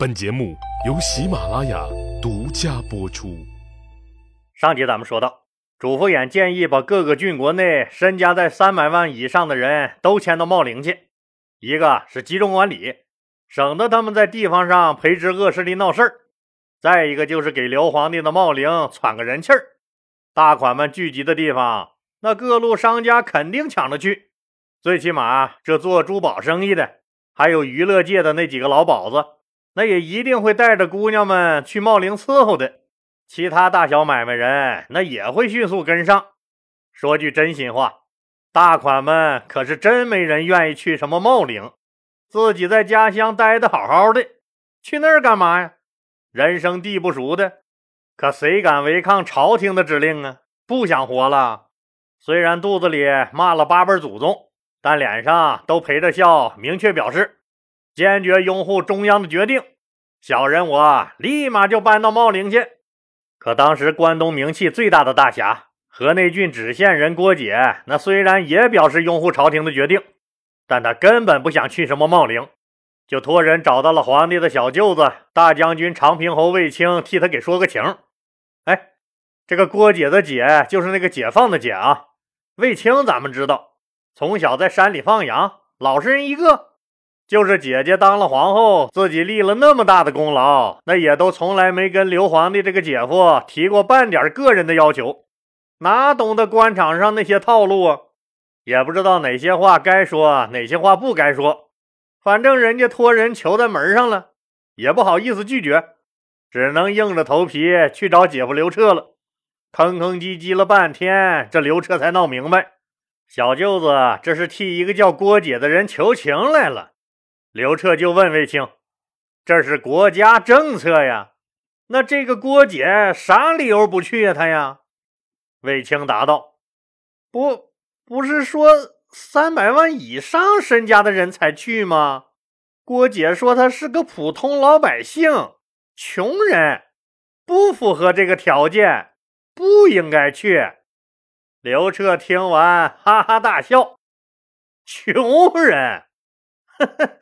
本节目由喜马拉雅独家播出。 上集咱们说到，主父偃建议把各个郡国内身家在300万以上的人都迁到茂陵去，一个是集中管理，省得他们在地方上培植恶势力闹事儿；再一个就是给刘皇帝的茂陵喘个人气儿。大款们聚集的地方，那各路商家肯定抢着去，最起码这做珠宝生意的，还有娱乐界的那几个老鸨子，那也一定会带着姑娘们去茂陵伺候的。其他大小买卖人那也会迅速跟上。说句真心话，大款们可是真没人愿意去什么茂陵，自己在家乡待得好好的，去那儿干嘛呀？人生地不熟的，可谁敢违抗朝廷的指令啊？不想活了，虽然肚子里骂了8辈祖宗，但脸上都陪着笑，明确表示坚决拥护中央的决定，小人我立马就搬到茂陵去。可当时关东名气最大的大侠河内郡知县人郭解，那虽然也表示拥护朝廷的决定，但他根本不想去什么茂陵，就托人找到了皇帝的小舅子大将军长平侯卫青，替他给说个情。这个郭解的解就是那个解放的解啊。卫青咱们知道，从小在山里放羊，老实人一个，就是姐姐当了皇后，自己立了那么大的功劳，那也都从来没跟刘皇帝这个姐夫提过半点个人的要求，哪懂得官场上那些套路啊？也不知道哪些话该说，哪些话不该说，反正人家托人求在门上了，也不好意思拒绝，只能硬着头皮去找姐夫刘彻了。吭吭唧唧了半天，这刘彻才闹明白，小舅子这是替一个叫郭解的人求情来了。刘彻就问卫青，这是国家政策呀，那这个郭解啥理由不去呀他呀？卫青答道，不是说300万以上身家的人才去吗？郭解说他是个普通老百姓，穷人，不符合这个条件，不应该去。刘彻听完哈哈大笑，穷人呵呵，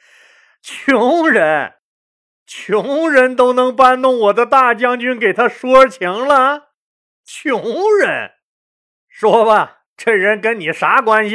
穷人都能搬动我的大将军给他说情了？穷人，说吧，这人跟你啥关系？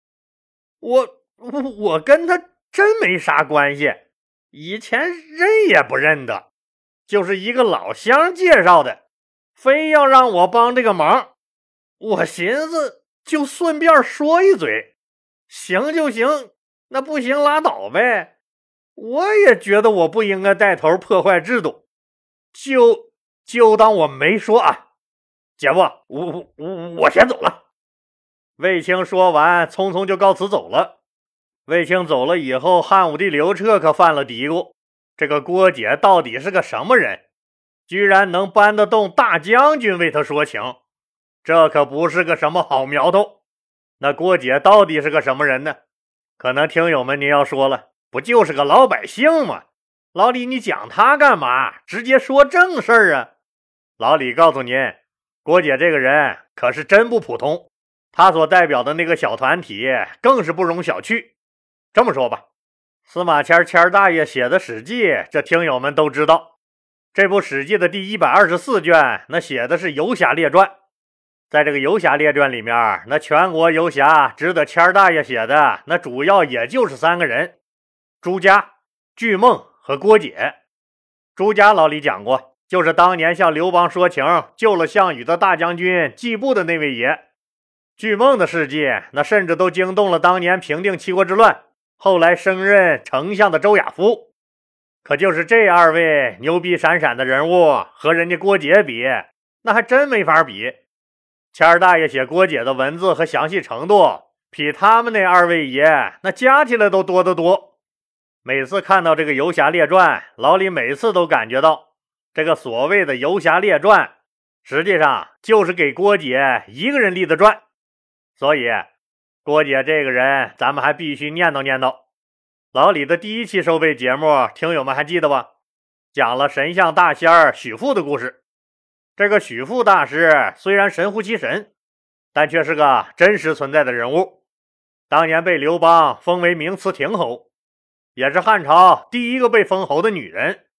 我跟他真没啥关系，以前认也不认得，就是一个老乡介绍的，非要让我帮这个忙，我寻思就顺便说一嘴，行就行，那不行拉倒呗。我也觉得我不应该带头破坏制度，就当我没说啊。姐夫，我先走了。卫青说完匆匆就告辞走了。卫青走了以后，汉武帝刘彻可犯了嘀咕，这个郭解到底是个什么人，居然能搬得动大将军为他说情，这可不是个什么好苗头。那郭解到底是个什么人呢？可能听友们您要说了，不就是个老百姓吗？老李你讲他干嘛？直接说正事儿啊。老李告诉您，郭解这个人可是真不普通，他所代表的那个小团体更是不容小觑。这么说吧，司马迁大爷写的史记，这听友们都知道，这部史记的第124卷，那写的是游侠列传。在这个游侠列传里面，那全国游侠值得迁大爷写的，那主要也就是3个人，朱家、巨梦和郭解。朱家老李讲过，就是当年向刘邦说情救了项羽的大将军季布的那位爷。巨梦的事迹，那甚至都惊动了当年平定七国之乱，后来升任丞相的周亚夫。可就是这2位牛逼闪闪的人物和人家郭解比，那还真没法比。谦大爷写郭解的文字和详细程度，比他们那2位爷那加起来都多得多。每次看到这个游侠列传，老李每次都感觉到，这个所谓的游侠列传，实际上就是给郭解一个人立的传。所以郭解这个人咱们还必须念叨念叨。老李的第1期收费节目听友们还记得吧？讲了神像大仙许父的故事。这个许父大师虽然神乎其神，但却是个真实存在的人物。当年被刘邦封为明慈亭侯，也是汉朝第一个被封侯的女人。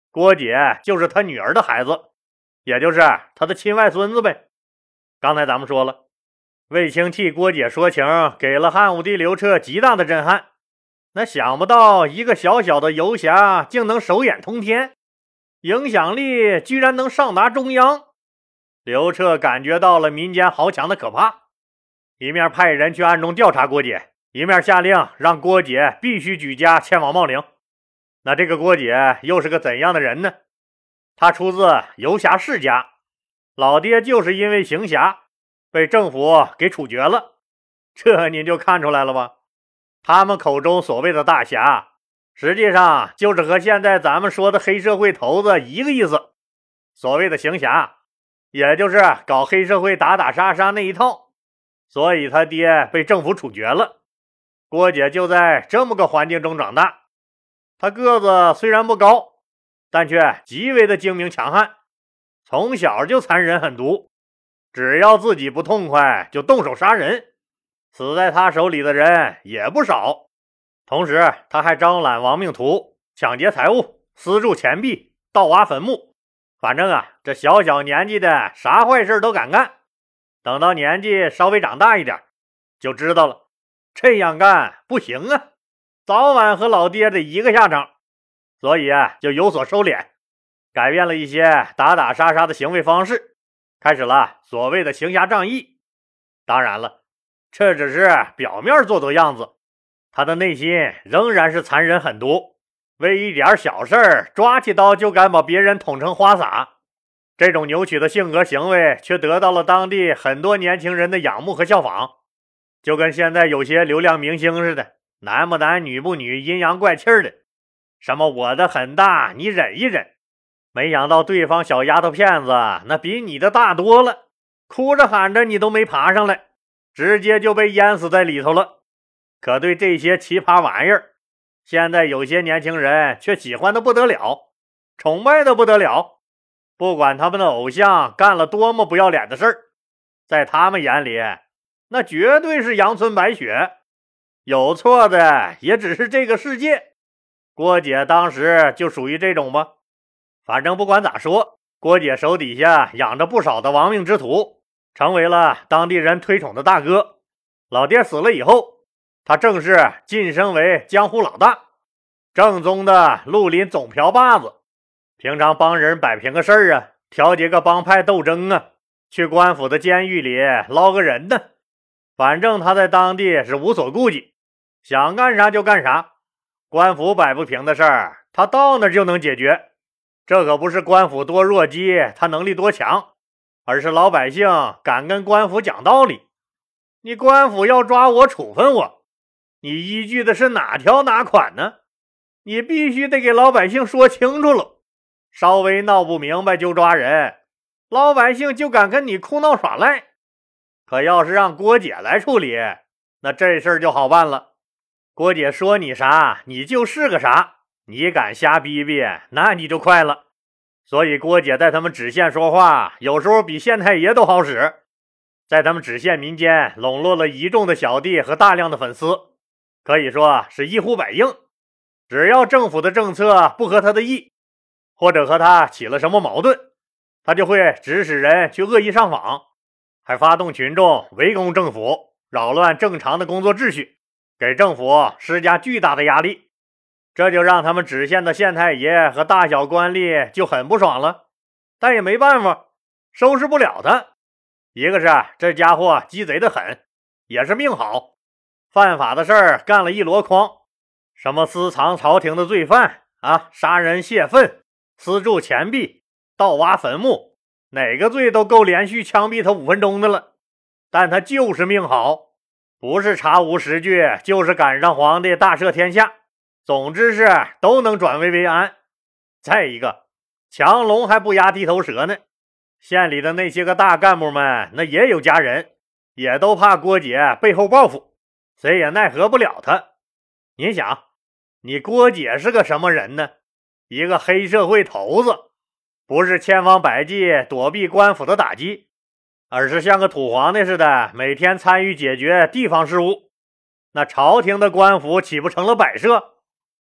郭解就是他女儿的孩子，也就是他的亲外孙子呗。刚才咱们说了，卫青替郭解说情，给了汉武帝刘彻极大的震撼。那想不到一个小小的游侠竟能手眼通天，影响力居然能上达中央。刘彻感觉到了民间豪强的可怕，一面派人去暗中调查郭解，一面下令让郭解必须举家迁往茂陵。那这个郭解又是个怎样的人呢？他出自游侠世家，老爹就是因为行侠被政府给处决了，这您就看出来了吧？他们口中所谓的大侠，实际上就是和现在咱们说的黑社会头子一个意思。所谓的行侠，也就是搞黑社会打打杀杀那一套，所以他爹被政府处决了。郭解就在这么个环境中长大，他个子虽然不高，但却极为的精明强悍，从小就残忍狠毒，只要自己不痛快就动手杀人，死在他手里的人也不少。同时他还招揽亡命徒，抢劫财物，私铸钱币，盗挖坟墓，反正这小小年纪的啥坏事都敢干。等到年纪稍微长大一点，就知道了这样干不行啊，早晚和老爹的一个下场，所以就有所收敛，改变了一些打打杀杀的行为方式，开始了所谓的行侠仗义。当然了，这只是表面做做样子，他的内心仍然是残忍狠毒，为一点小事抓起刀就敢把别人捅成花洒。这种扭曲的性格行为却得到了当地很多年轻人的仰慕和效仿，就跟现在有些流量明星似的，男不男女不女，阴阳怪气的，什么我的很大你忍一忍，没想到对方小丫头片子那比你的大多了，哭着喊着你都没爬上来，直接就被淹死在里头了。可对这些奇葩玩意儿，现在有些年轻人却喜欢的不得了，崇拜的不得了。不管他们的偶像干了多么不要脸的事儿，在他们眼里那绝对是阳春白雪，有错的也只是这个世界。郭解当时就属于这种吧。反正不管咋说，郭解手底下养着不少的亡命之徒，成为了当地人推崇的大哥。老爹死了以后，他正式晋升为江湖老大，正宗的绿林总瓢把子。平常帮人摆平个事儿调节个帮派斗争去官府的监狱里捞个人呢，反正他在当地是无所顾忌，想干啥就干啥。官府摆不平的事儿，他到那就能解决。这可不是官府多弱鸡，他能力多强，而是老百姓敢跟官府讲道理。你官府要抓我处分我，你依据的是哪条哪款呢？你必须得给老百姓说清楚了，稍微闹不明白就抓人，老百姓就敢跟你哭闹耍赖。可要是让郭解来处理，那这事儿就好办了。郭解说你啥，你就是个啥，你敢瞎逼逼，那你就快了。所以郭解在他们知县说话，有时候比县太爷都好使。在他们知县民间笼络了一众的小弟和大量的粉丝，可以说是一呼百应。只要政府的政策不合他的意，或者和他起了什么矛盾，他就会指使人去恶意上访，还发动群众围攻政府，扰乱正常的工作秩序，给政府施加巨大的压力。这就让他们知县的县太爷和大小官吏就很不爽了，但也没办法，收拾不了他。一个是这家伙鸡贼的很，也是命好，犯法的事儿干了一箩筐，什么私藏朝廷的罪犯杀人泄愤，私铸钱币，盗挖坟墓，哪个罪都够连续枪毙他5分钟的了。但他就是命好，不是查无实据，就是赶上皇帝大赦天下，总之是都能转危为安。再一个，强龙还不压地头蛇呢，县里的那些个大干部们那也有家人，也都怕郭解背后报复，谁也奈何不了他。你想，你郭解是个什么人呢？一个黑社会头子，不是千方百计躲避官府的打击，而是像个土皇帝似的每天参与解决地方事务。那朝廷的官府岂不成了摆设？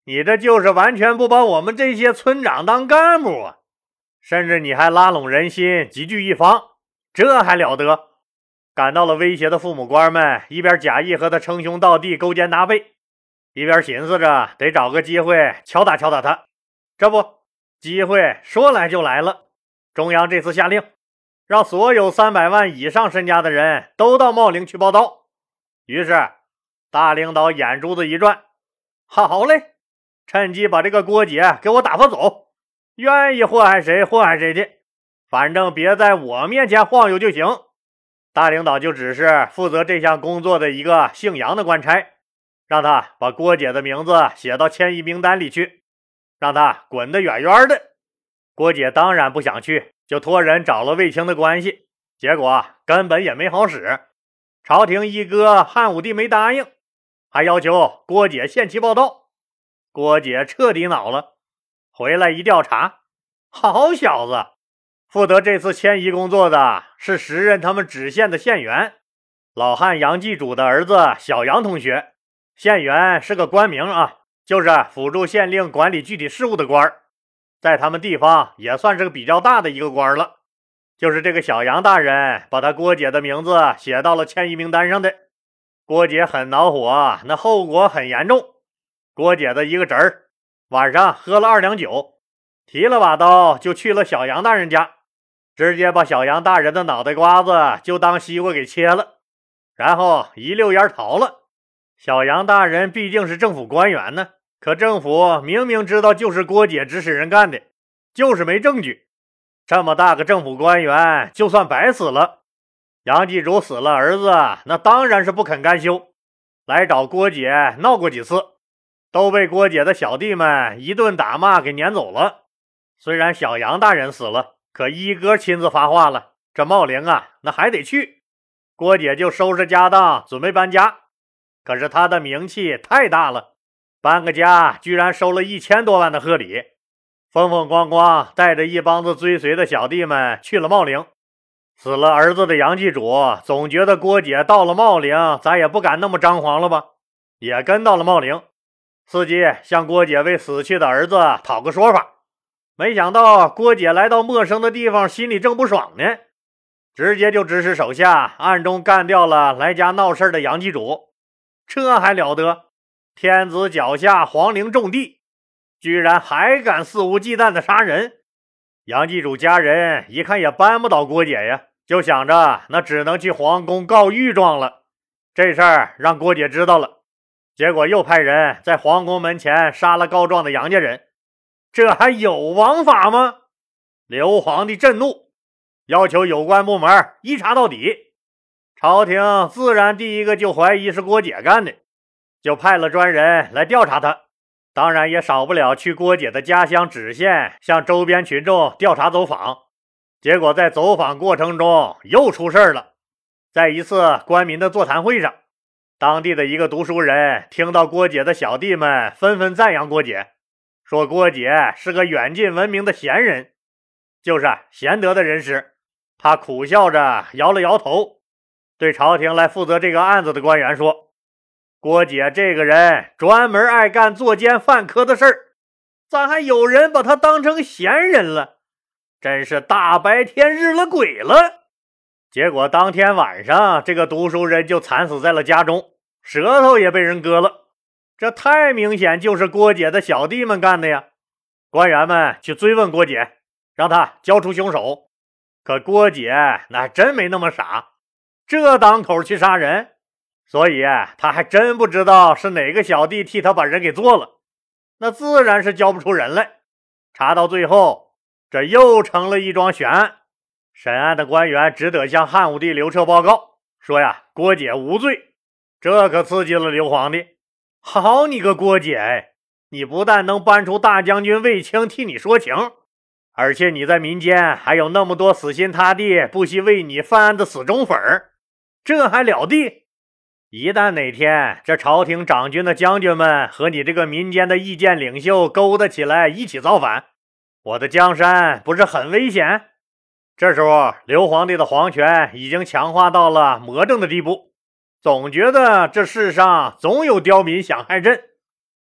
你这就是完全不把我们这些村长当干部啊！甚至你还拉拢人心，集聚一方，这还了得？感到了威胁的父母官们一边假意和他称兄道弟，勾肩搭背，一边寻思着得找个机会敲打敲打他。这不，机会说来就来了。中央这次下令，让所有300万以上身家的人都到茂陵去报到。于是大领导眼珠子一转，好嘞，趁机把这个郭姐给我打发走，愿意祸害谁祸害谁去，反正别在我面前晃悠就行。大领导就只是负责这项工作的一个姓杨的官差，让他把郭姐的名字写到迁移名单里去，让他滚得远远的。郭姐当然不想去，就托人找了卫青的关系，结果根本也没好使。朝廷一哥汉武帝没答应，还要求郭姐限期报到。郭姐彻底恼了，回来一调查，好小子，负责这次迁移工作的是时任他们知县的县员，老汉杨继主的儿子小杨同学。县员是个官名啊，就是辅助县令管理具体事务的官，在他们地方也算是个比较大的一个官了。就是这个小杨大人把他郭姐的名字写到了迁移名单上的。郭姐很恼火，那后果很严重。郭姐的一个侄儿晚上喝了2两酒，提了把刀就去了小杨大人家，直接把小杨大人的脑袋瓜子就当西瓜给切了，然后一溜烟逃了。小杨大人毕竟是政府官员呢，可政府明明知道就是郭姐指使人干的，就是没证据。这么大个政府官员就算白死了，杨继主死了儿子，那当然是不肯甘休，来找郭姐闹过几次，都被郭姐的小弟们一顿打骂给撵走了。虽然小杨大人死了，可一哥亲自发话了，这茂陵啊，那还得去。郭姐就收拾家当准备搬家，可是他的名气太大了，搬个家居然收了1000多万的贺礼，风风光光带着一帮子追随的小弟们去了茂陵。死了儿子的杨继主总觉得郭姐到了茂陵咱也不敢那么张狂了吧，也跟到了茂陵，伺机向郭姐为死去的儿子讨个说法。没想到郭姐来到陌生的地方，心里正不爽呢，直接就指使手下暗中干掉了来家闹事的杨继主。这还了得，天子脚下皇陵重地，居然还敢肆无忌惮的杀人。杨继主家人一看也扳不倒郭姐呀，就想着那只能去皇宫告御状了。这事儿让郭姐知道了，结果又派人在皇宫门前杀了告状的杨家人。这还有王法吗？刘皇帝震怒，要求有关部门一查到底。朝廷自然第一个就怀疑是郭姐干的，就派了专人来调查他，当然也少不了去郭姐的家乡芷县向周边群众调查走访。结果在走访过程中又出事了。在一次官民的座谈会上，当地的一个读书人听到郭姐的小弟们纷纷赞扬郭姐，说郭姐是个远近闻名的贤人，就是贤德的人士。他苦笑着摇了摇头，对朝廷来负责这个案子的官员说，郭姐这个人专门爱干作奸犯科的事儿，咋还有人把他当成贤人了？真是大白天日了鬼了。结果当天晚上，这个读书人就惨死在了家中，舌头也被人割了。这太明显就是郭姐的小弟们干的呀。官员们去追问郭姐，让他交出凶手。可郭姐那真没那么傻，这当口去杀人，所以他还真不知道是哪个小弟替他把人给做了，那自然是交不出人来。查到最后，这又成了一桩悬案。审案的官员只得向汉武帝刘彻报告，说呀，郭姐无罪。这可刺激了刘皇帝。好你个郭姐，你不但能搬出大将军卫青替你说情，而且你在民间还有那么多死心塌地不惜为你翻案的死忠粉儿，这还了得？一旦哪天这朝廷掌军的将军们和你这个民间的意见领袖勾搭起来一起造反，我的江山不是很危险？这时候刘皇帝的皇权已经强化到了魔怔的地步，总觉得这世上总有刁民想害朕。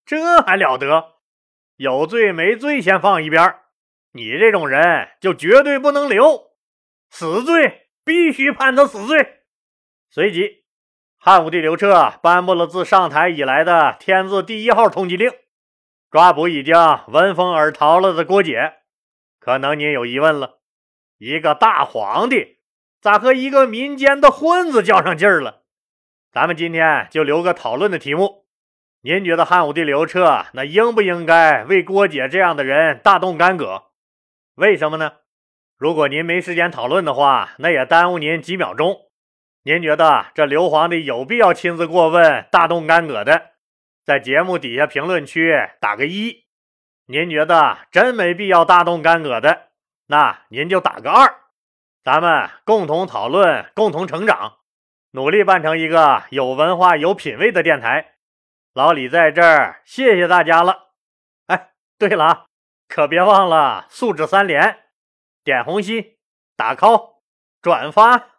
这还了得？有罪没罪先放一边，你这种人就绝对不能留，死罪，必须判他死罪。随即，汉武帝刘彻颁布了自上台以来的天字第1号通缉令，抓捕已经闻风而逃了的郭解。可能您有疑问了，一个大皇帝咋和一个民间的混子较上劲儿了？咱们今天就留个讨论的题目，您觉得汉武帝刘彻那应不应该为郭解这样的人大动干戈？为什么呢？如果您没时间讨论的话，那也耽误您几秒钟。您觉得这刘皇帝有必要亲自过问大动干戈的，在节目底下评论区打个1。您觉得真没必要大动干戈的，那您就打个2。咱们共同讨论，共同成长，努力办成一个有文化有品位的电台。老李在这儿谢谢大家了。哎，对了啊，可别忘了素质3连，点红心，打 call，转发。